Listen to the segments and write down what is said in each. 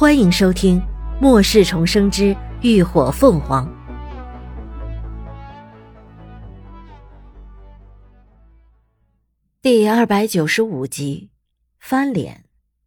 欢迎收听《末世重生之浴火凤凰》第295集，翻脸。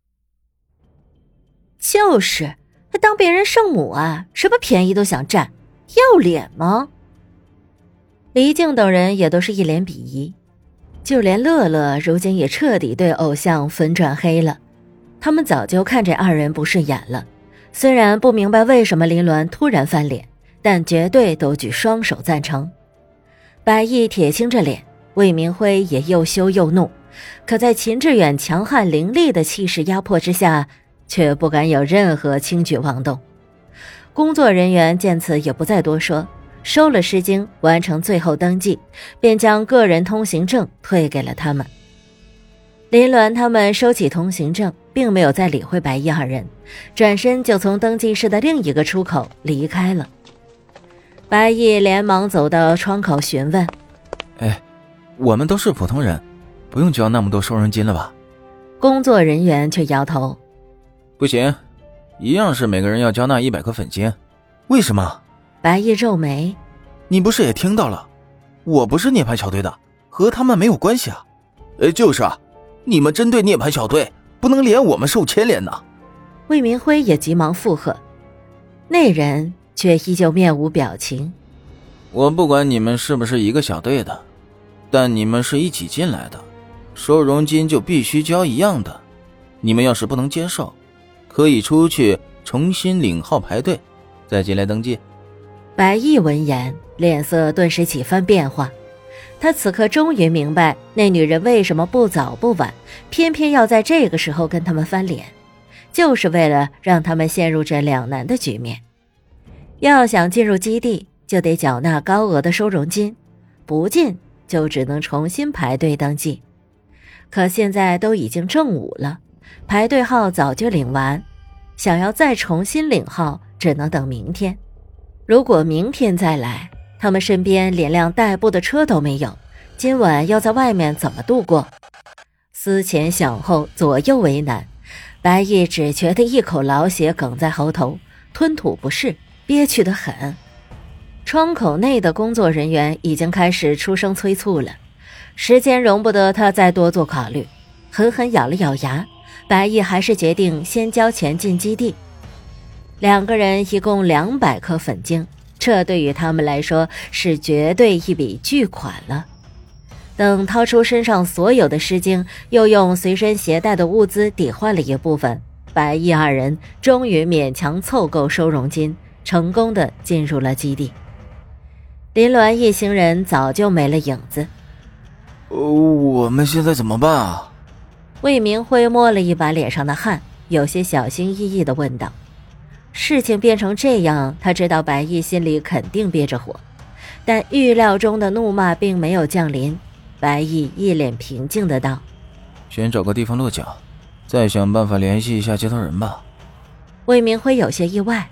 就是，当别人圣母啊，什么便宜都想占，要脸吗？黎静等人也都是一脸鄙夷，就连乐乐如今也彻底对偶像粉转黑了。他们早就看这二人不顺眼了，虽然不明白为什么林鸾突然翻脸，但绝对都举双手赞成。白毅铁青着脸，魏明辉也又羞又怒，可在秦志远强悍凌厉的气势压迫之下，却不敢有任何轻举妄动。工作人员见此也不再多说，收了诗经，完成最后登记，便将个人通行证退给了他们。林鸾他们收起通行证，并没有再理会白毅二人，转身就从登记室的另一个出口离开了。白毅连忙走到窗口询问： 我们都是普通人，不用交那么多收容金了吧？ 工作人员却摇头： 不行，一样是每个人要交纳100颗粉金。为什么？ 白毅皱眉： 你不是也听到了，我不是涅槃小队的，和他们没有关系啊。就是啊，你们针对涅槃小队，不能连我们受牵连呐。 魏明辉也急忙附和，那人却依旧面无表情。 我不管你们是不是一个小队的，但你们是一起进来的，收容金就必须交一样的。你们要是不能接受，可以出去重新领号排队，再进来登记。 白毅闻言，脸色顿时几番变化。他此刻终于明白那女人为什么不早不晚，偏偏要在这个时候跟他们翻脸，就是为了让他们陷入这两难的局面。要想进入基地，就得缴纳高额的收容金，不进就只能重新排队登记。可现在都已经正午了，排队号早就领完，想要再重新领号，只能等明天。如果明天再来，他们身边连辆代步的车都没有，今晚要在外面怎么度过？思前想后，左右为难，白毅只觉得一口老血哽在喉头，吞吐不适，憋屈得很。窗口内的工作人员已经开始出声催促了，时间容不得他再多做考虑，狠狠咬了咬牙，白毅还是决定先交钱进基地。两个人一共200颗粉晶，这对于他们来说是绝对一笔巨款了。等掏出身上所有的诗经，又用随身携带的物资抵换了一部分，白毅二人终于勉强凑够收容金，成功的进入了基地。林鸾一行人早就没了影子。 我们现在怎么办啊？ 魏明辉摸了一把脸上的汗，有些小心翼翼地问道。事情变成这样，他知道白毅心里肯定憋着火，但预料中的怒骂并没有降临。白毅一脸平静的道： 先找个地方落脚，再想办法联系一下接头人吧。 魏明辉有些意外：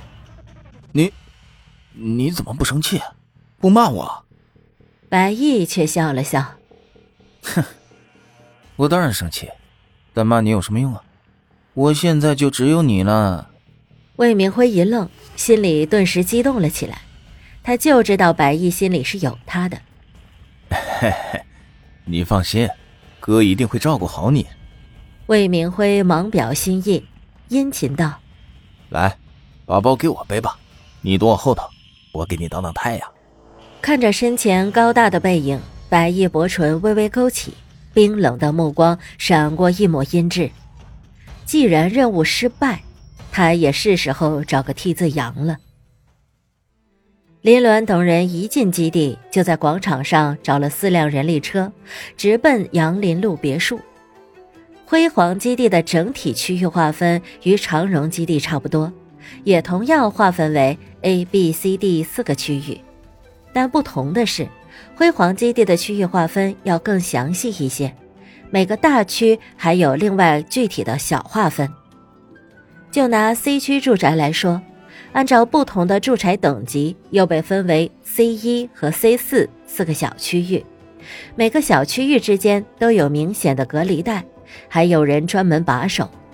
你怎么不生气，不骂我？ 白毅却笑了笑： 哼，我当然生气，但骂你有什么用啊？我现在就只有你了。 魏明辉一愣，心里顿时激动了起来，他就知道白毅心里是有他的。 嘿嘿，你放心，哥一定会照顾好你。 魏明辉忙表心意，殷勤道： 来，把包给我背吧，你躲我后头，我给你挡挡太阳。 看着身前高大的背影，白毅薄唇微微勾起，冰冷的目光闪过一抹阴鸷。既然任务失败，他也是时候找个替罪羊了。林鸾等人一进基地，就在广场上找了4辆人力车，直奔杨林路别墅。辉煌基地的整体区域划分与长荣基地差不多，也同样划分为 A、B、C、D 4个区域，但不同的是，辉煌基地的区域划分要更详细一些，每个大区还有另外具体的小划分。就拿 C 区住宅来说，按照不同的住宅等级，又被分为 C1 和 C4 4个小区域，每个小区域之间都有明显的隔离带，还有人专门把守。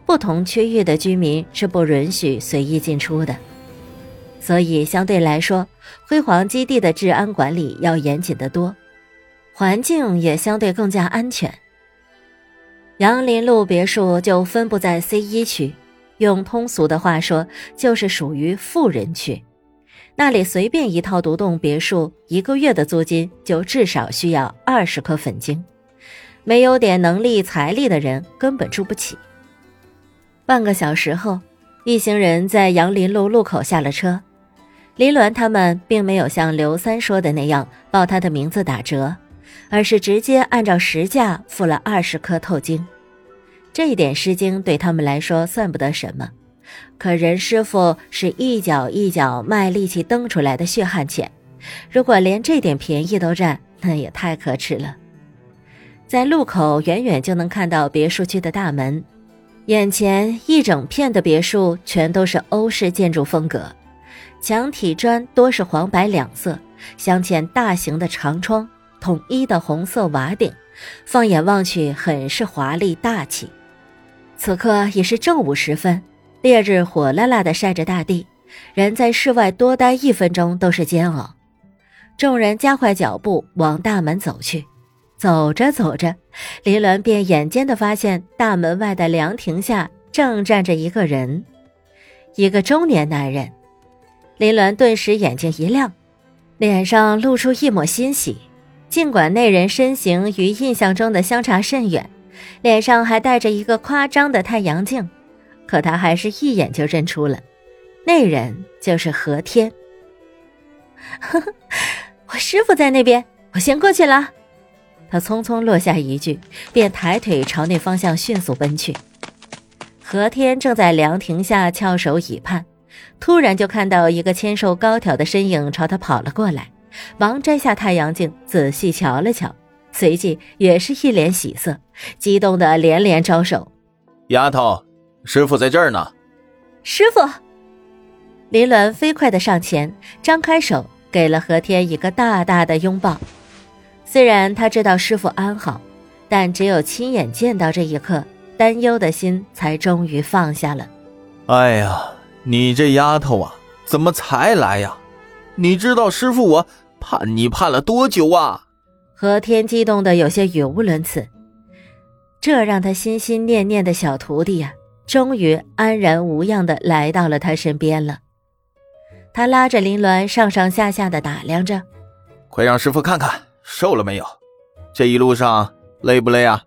不同区域的居民是不允许随意进出的。所以相对来说，辉煌基地的治安管理要严谨得多，环境也相对更加安全。杨林路别墅就分布在 C1 区，用通俗的话说，就是属于富人区。那里随便一套独栋别墅，1个月的租金就至少需要20颗粉晶，没有点能力财力的人根本住不起。半个小时后，一行人在杨林路路口下了车。林鸾他们并没有像刘三说的那样报他的名字打折，而是直接按照实价付了20颗透晶。这一点失晶对他们来说算不得什么，可任师傅是一脚一脚卖力气蹬出来的血汗钱，如果连这点便宜都占，那也太可耻了。在路口远远就能看到别墅区的大门，眼前一整片的别墅全都是欧式建筑风格，墙体砖多是黄白两色，镶嵌大型的长窗，统一的红色瓦顶，放眼望去很是华丽大气。此刻已是正午时分，烈日火辣辣地晒着大地，人在室外多待1分钟都是煎熬。众人加快脚步往大门走去，走着走着，林鸾便眼尖地发现大门外的凉亭下正站着一个人，一个中年男人。林鸾顿时眼睛一亮，脸上露出一抹欣喜。尽管那人身形与印象中的相差甚远，脸上还戴着一个夸张的太阳镜，可他还是一眼就认出了，那人就是何天。呵呵，我师父在那边，我先过去了。他匆匆落下一句，便抬腿朝那方向迅速奔去。何天正在凉亭下翘首以盼，突然就看到一个纤瘦高挑的身影朝他跑了过来，忙摘下太阳镜仔细瞧了瞧，随即也是一脸喜色，激动地连连招手。 丫头，师父在这儿呢。 师父！林鸾飞快地上前，张开手给了何天一个大大的拥抱。虽然他知道师父安好，但只有亲眼见到这一刻，担忧的心才终于放下了。 哎呀，你这丫头啊，怎么才来呀？你知道师父我盼你盼了多久啊？ 何天激动得有些语无伦次，这让他心心念念的小徒弟啊，终于安然无恙地来到了他身边了。他拉着林鸾上上下下地打量着， 快让师父看看瘦了没有，这一路上累不累啊？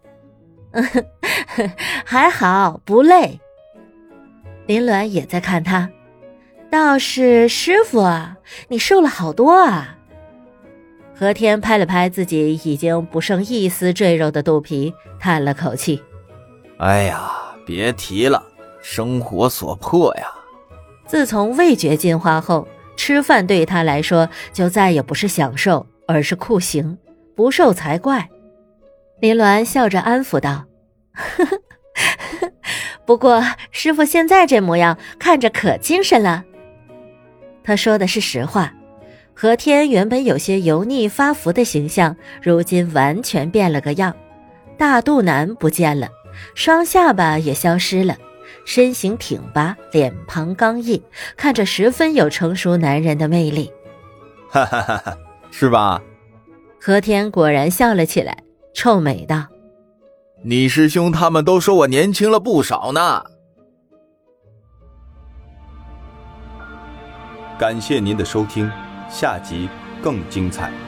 还好不累。林鸾也在看他，倒是师父啊，你瘦了好多啊。何天拍了拍自己已经不剩一丝赘肉的肚皮，叹了口气。 哎呀，别提了，生活所迫呀。 自从味觉进化后，吃饭对他来说就再也不是享受，而是酷刑，不瘦才怪。林鸾笑着安抚道，呵呵，不过师父现在这模样看着可精神了。他说的是实话，何天原本有些油腻发福的形象，如今完全变了个样，大肚腩不见了，双下巴也消失了，身形挺拔，脸庞刚毅，看着十分有成熟男人的魅力。 哈哈哈哈，是吧？ 何天果然笑了起来，臭美道， 你师兄他们都说我年轻了不少呢。 感谢您的收听，下集更精彩。